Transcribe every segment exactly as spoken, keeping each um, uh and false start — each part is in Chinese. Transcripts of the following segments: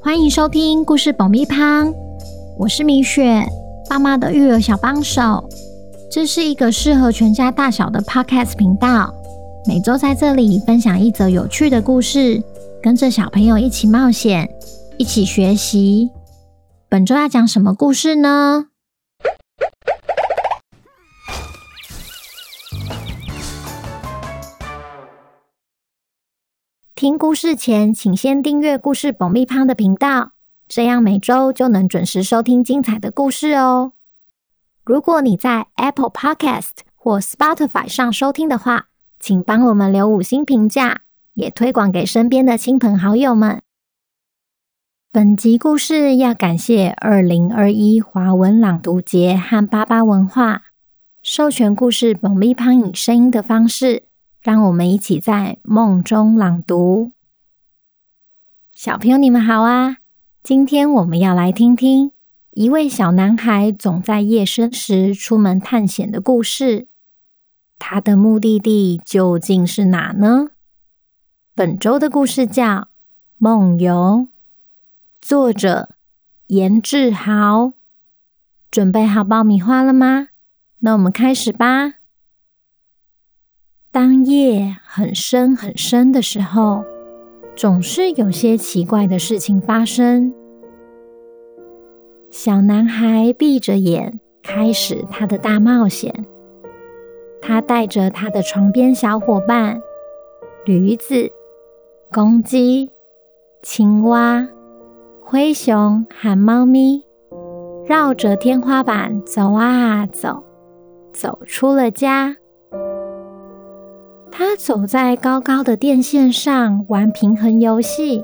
欢迎收听故事爆米花，我是米雪，爸妈的育儿小帮手。这是一个适合全家大小的 podcast 频道，每周在这里分享一则有趣的故事，跟着小朋友一起冒险，一起学习。本周要讲什么故事呢？听故事前，请先订阅故事爆米花的频道，这样每周就能准时收听精彩的故事哦。如果你在 Apple Podcast 或 Spotify 上收听的话，请帮我们留五星评价，也推广给身边的亲朋好友们。本集故事要感谢二零二一华文朗读节和巴巴文化授权故事爆米花以声音的方式，让我们一起在梦中朗读。小朋友你们好啊，今天我们要来听听一位小男孩总在夜深时出门探险的故事。他的目的地究竟是哪呢？本周的故事叫《梦游》，作者严志豪。准备好爆米花了吗？那我们开始吧。当夜很深很深的时候，总是有些奇怪的事情发生。小男孩闭着眼，开始他的大冒险。他带着他的床边小伙伴驴子、公鸡、青蛙、灰熊和猫咪，绕着天花板走啊走，走出了家。他走在高高的电线上玩平衡游戏。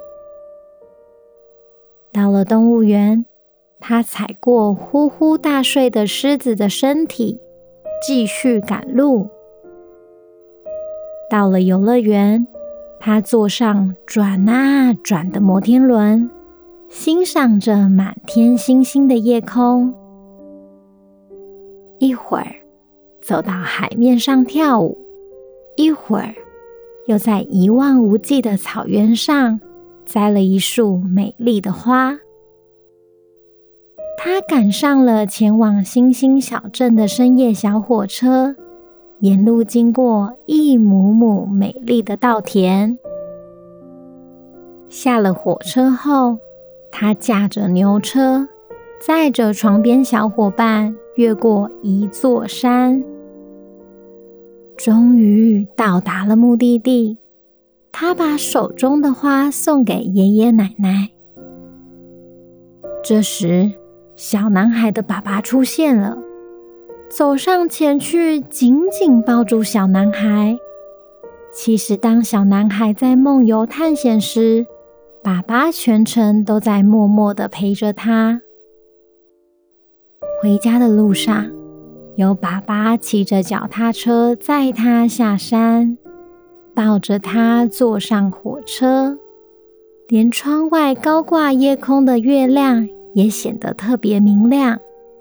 到了动物园，他踩过呼呼大睡的狮子的身体，继续赶路。到了游乐园，他坐上转啊转的摩天轮，欣赏着满天星星的夜空。一会儿走到海面上跳舞，一会儿又在一望无际的草原上栽了一束美丽的花。他赶上了前往星星小镇的深夜小火车，沿路经过一亩亩美丽的稻田。下了火车后，他驾着牛车，载着床边小伙伴越过一座山。终于到达了目的地，他把手中的花送给爷爷奶奶。这时，小男孩的爸爸出现了，走上前去，紧紧抱住小男孩。其实，当小男孩在梦游探险时，爸爸全程都在默默地陪着他。回家的路上，有爸爸骑着脚踏车载他下山，抱着他坐上火车，连窗外高挂夜空的月亮也显得特别明亮。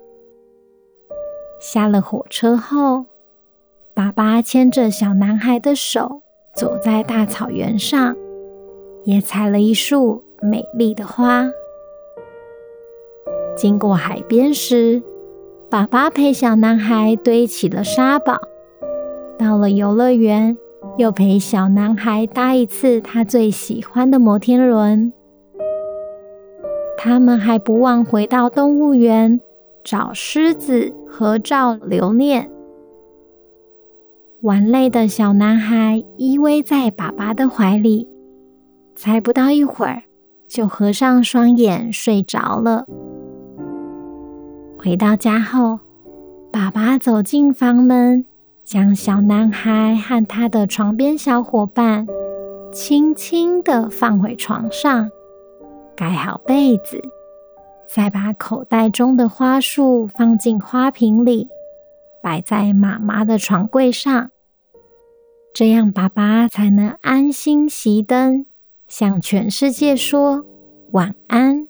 下了火车后，爸爸牵着小男孩的手走在大草原上，也采了一束美丽的花。经过海边时，爸爸陪小男孩堆起了沙堡。到了游乐园，又陪小男孩搭一次他最喜欢的摩天轮。他们还不忘回到动物园，找狮子合照留念。玩累的小男孩依偎在爸爸的怀里，才不到一会儿，就合上双眼睡着了。回到家后，爸爸走进房门，将小男孩和他的床边小伙伴轻轻地放回床上，盖好被子，再把口袋中的花束放进花瓶里，摆在妈妈的床柜上。这样爸爸才能安心熄灯，向全世界说晚安。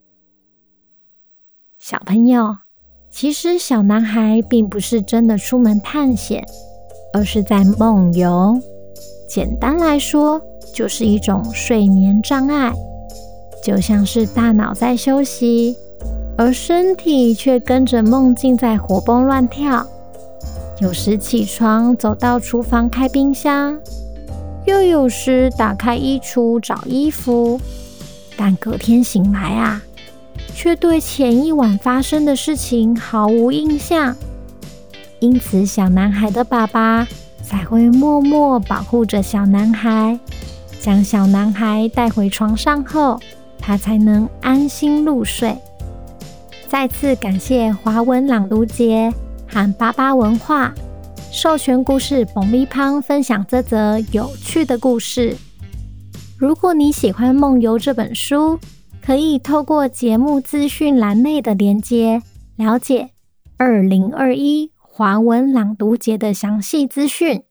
小朋友，其实小男孩并不是真的出门探险，而是在梦游。简单来说，就是一种睡眠障碍。 就像是大脑在休息，而身体却跟着梦境在活蹦乱跳。有时起床走到厨房开冰箱，又有时打开衣橱找衣服，但隔天醒来啊，却对前一晚发生的事情毫无印象。因此小男孩的爸爸才会默默保护着小男孩，将小男孩带回床上后，他才能安心入睡。再次感谢华文朗读节和巴巴文化授权故事爆米香分享这则有趣的故事。如果你喜欢《梦游》这本书，可以透过节目资讯栏内的连结了解二零二一华文朗读节的详细资讯。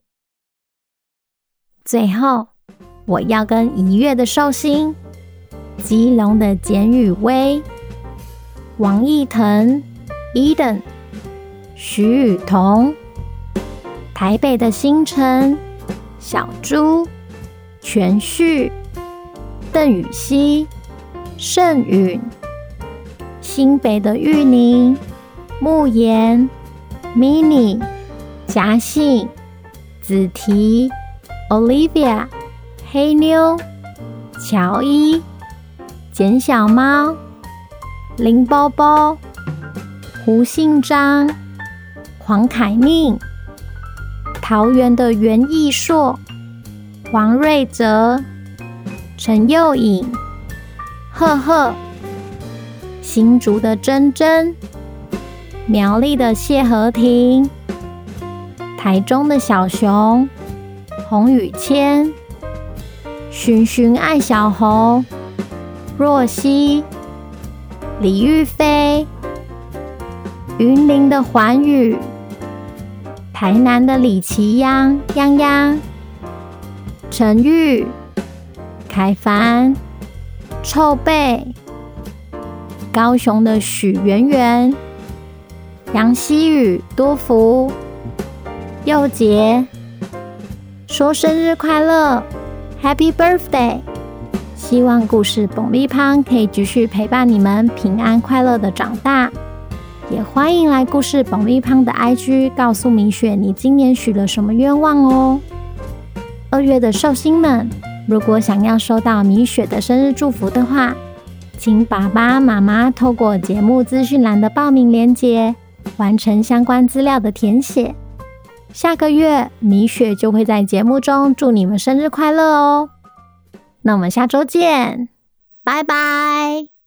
最后，我要跟一月的寿星、基隆的简雨薇、王义腾、Eden、徐雨桐、台北的星辰、小猪、全旭、邓雨熙、盛允、新北的玉宁、慕言、Mini、嘉信、子提、Olivia、黑妞、乔伊、简小猫、林包包、胡信章、黄凯宁、桃园的袁义硕、王瑞哲、陈佑颖、赫赫、新竹的珍珍、苗栗的谢和婷、台中的小熊、洪宇谦、寻寻爱小猴、若曦、李玉飞、云林的环宇、台南的李奇央、泱泱、陈玉、凯凡、臭贝、高雄的许圆圆、杨希宇、多福、佑杰，说生日快乐 Happy Birthday， 希望故事爆米香可以继续陪伴你们平安快乐的长大。也欢迎来故事爆米香的 I G 告诉米雪你今年许了什么愿望哦。二月的寿星们，如果想要收到米雪的生日祝福的话，请爸爸妈妈透过节目资讯栏的报名连结完成相关资料的填写。下个月米雪就会在节目中祝你们生日快乐哦。那我们下周见，拜拜。